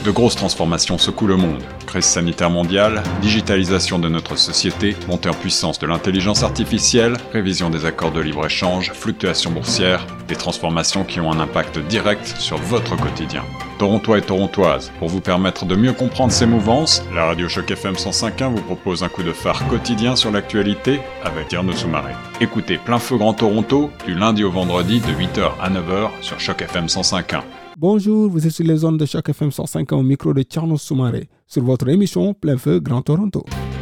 De grosses transformations secouent le monde. Crise sanitaire mondiale, digitalisation de notre société, montée en puissance de l'intelligence artificielle, révision des accords de libre-échange, fluctuations boursières, des transformations qui ont un impact direct sur votre quotidien. Torontois et Torontoises, pour vous permettre de mieux comprendre ces mouvances, la radio Choc FM 105.1 vous propose un coup de phare quotidien sur l'actualité avec Tierno Soumaré. Écoutez Plein Feu Grand Toronto du lundi au vendredi de 8h à 9h sur Choc FM 105.1. Bonjour, vous êtes sur les ondes de Choc FM 105.1 au micro de Tierno Soumaré sur votre émission Plein Feu Grand Toronto.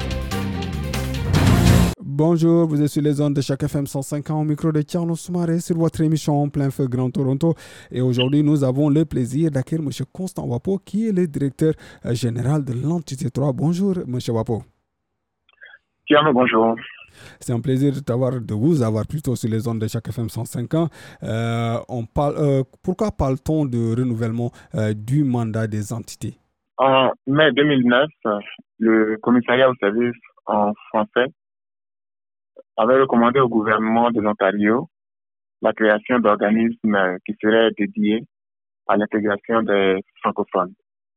Bonjour, vous êtes sur les ondes de Choc FM 105.1 au micro de Tierno Soumaré sur votre émission Plein Feu Grand Toronto. Et aujourd'hui, nous avons le plaisir d'accueillir M. Constant Wapo, qui est le directeur général de l'entité 3. Bonjour, M. Wapo. Tierno, bonjour. C'est un plaisir de vous avoir plutôt sur les ondes de Choc FM 105.1. Pourquoi parle-t-on de renouvellement du mandat des entités? En mai 2009, le commissariat au service en français avait recommandé au gouvernement de l'Ontario la création d'organismes qui seraient dédiés à l'intégration des francophones.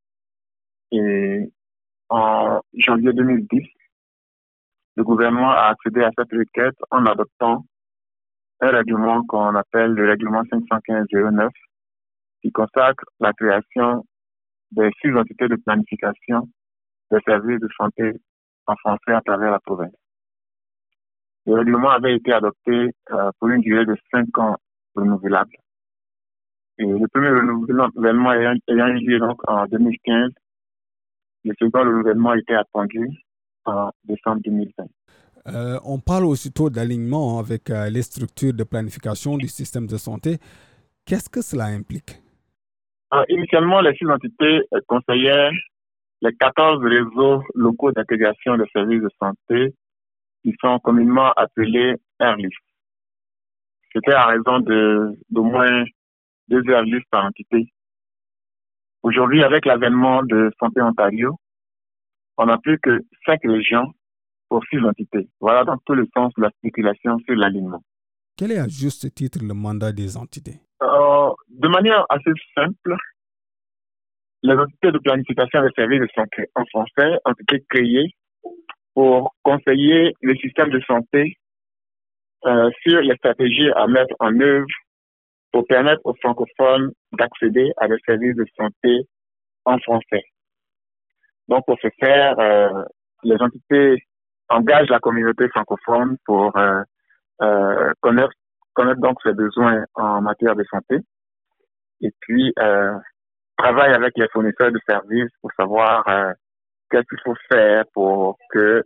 Et en janvier 2010, le gouvernement a accédé à cette requête en adoptant un règlement qu'on appelle le règlement 515-09 qui consacre la création des 6 entités de planification des services de santé en français à travers la province. Le règlement avait été adopté pour une durée de 5 ans renouvelable. Et le premier renouvellement ayant eu lieu donc en 2015, le second renouvellement était attendu en décembre 2020. On parle aussitôt d'alignement avec les structures de planification du système de santé. Qu'est-ce que cela implique? Initialement, les 6 entités conseillaient les 14 réseaux locaux d'intégration des services de santé qui sont communément appelés RLIS. C'était à raison d'au moins 2 RLIS par entité. Aujourd'hui, avec l'avènement de Santé Ontario, on n'a plus que 5 régions pour 6 entités. Voilà donc tout le sens de la spéculation sur l'alignement. Quel est à juste titre le mandat des entités? De manière assez simple, les entités de planification des services de santé en français ont été créées pour conseiller le système de santé sur les stratégies à mettre en œuvre pour permettre aux francophones d'accéder à des services de santé en français. Donc, pour ce faire, les entités engagent la communauté francophone pour connaître donc ses besoins en matière de santé et puis travaillent avec les fournisseurs de services pour savoir qu'est-ce qu'il faut faire pour que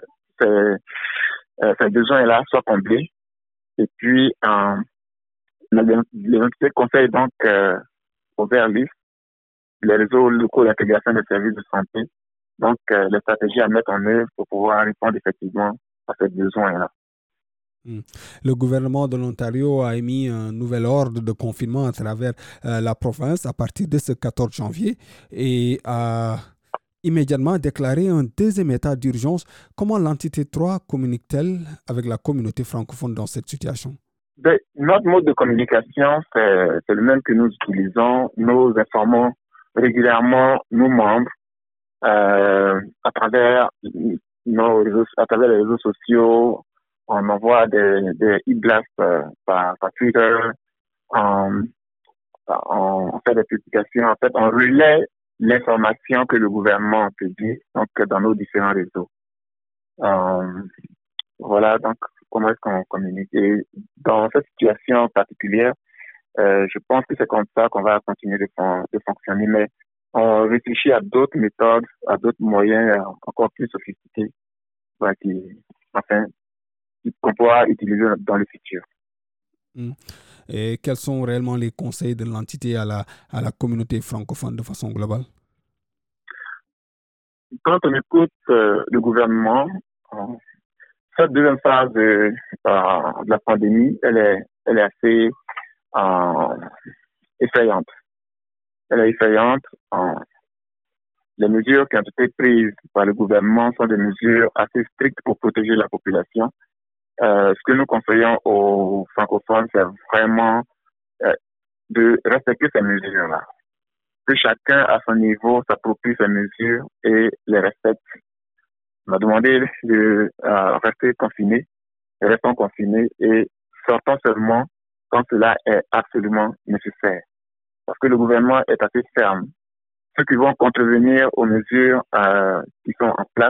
ces besoins-là soient comblés. Et puis, les entités conseillent donc au VERLIS, les réseaux locaux d'intégration des services de santé, donc les stratégies à mettre en œuvre pour pouvoir répondre effectivement à ces besoins-là. Le gouvernement de l'Ontario a émis un nouvel ordre de confinement à travers la province à partir de ce 14 janvier et a immédiatement déclaré un deuxième état d'urgence. Comment l'entité 3 communique-t-elle avec la communauté francophone dans cette situation? Notre mode de communication, c'est le même que nous utilisons. Nous informons régulièrement nos membres à travers les réseaux sociaux. On envoie des e-blasts par Twitter. On fait des publications. En fait, on relaie l'information que le gouvernement publie donc dans nos différents réseaux. Voilà donc comment est-ce qu'on communique. Et dans cette situation particulière, je pense que c'est comme ça qu'on va continuer de fonctionner. Mais on réfléchit à d'autres méthodes, à d'autres moyens encore plus sophistiqués qu'on pourra utiliser dans le futur. Et quels sont réellement les conseils de l'entité à la communauté francophone de façon globale? Quand on écoute le gouvernement, cette deuxième phase de la pandémie, elle est assez effrayante. Elle est effrayante. Les mesures qui ont été prises par le gouvernement sont des mesures assez strictes pour protéger la population. Ce que nous conseillons aux francophones, c'est vraiment de respecter ces mesures-là. que chacun à son niveau s'approprie ces mesures et les respecte. On a demandé de rester confinés, restons confinés et sortons seulement quand cela est absolument nécessaire. Parce que le gouvernement est assez ferme. Ceux qui vont contrevenir aux mesures qui sont en place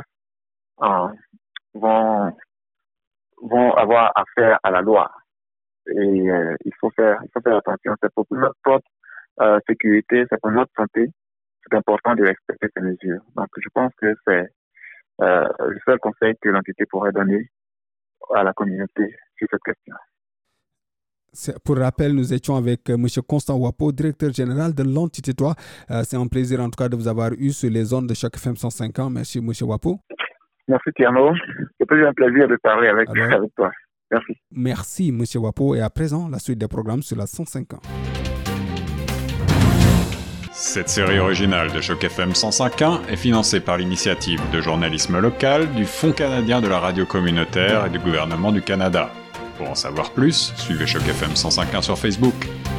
vont avoir affaire à la loi. Et il faut faire attention. C'est pour notre propre sécurité, c'est pour notre santé. C'est important de respecter ces mesures. Donc, je pense que c'est le seul conseil que l'entité pourrait donner à la communauté sur cette question. Pour rappel, nous étions avec M. Constant Wapo, directeur général de l'entité 3. C'est un plaisir en tout cas de vous avoir eu sur les ondes de Choc FM 105 ans. Merci M. Wapo. Merci Tierno. C'est toujours un plaisir de parler avec toi. Merci. Merci M. Wapo. Et à présent, la suite des programmes sur la 105 ans. Cette série originale de Choc FM 105.1 est financée par l'initiative de journalisme local du Fonds canadien de la radio communautaire et du gouvernement du Canada. Pour en savoir plus, suivez Choc FM 105.1 sur Facebook.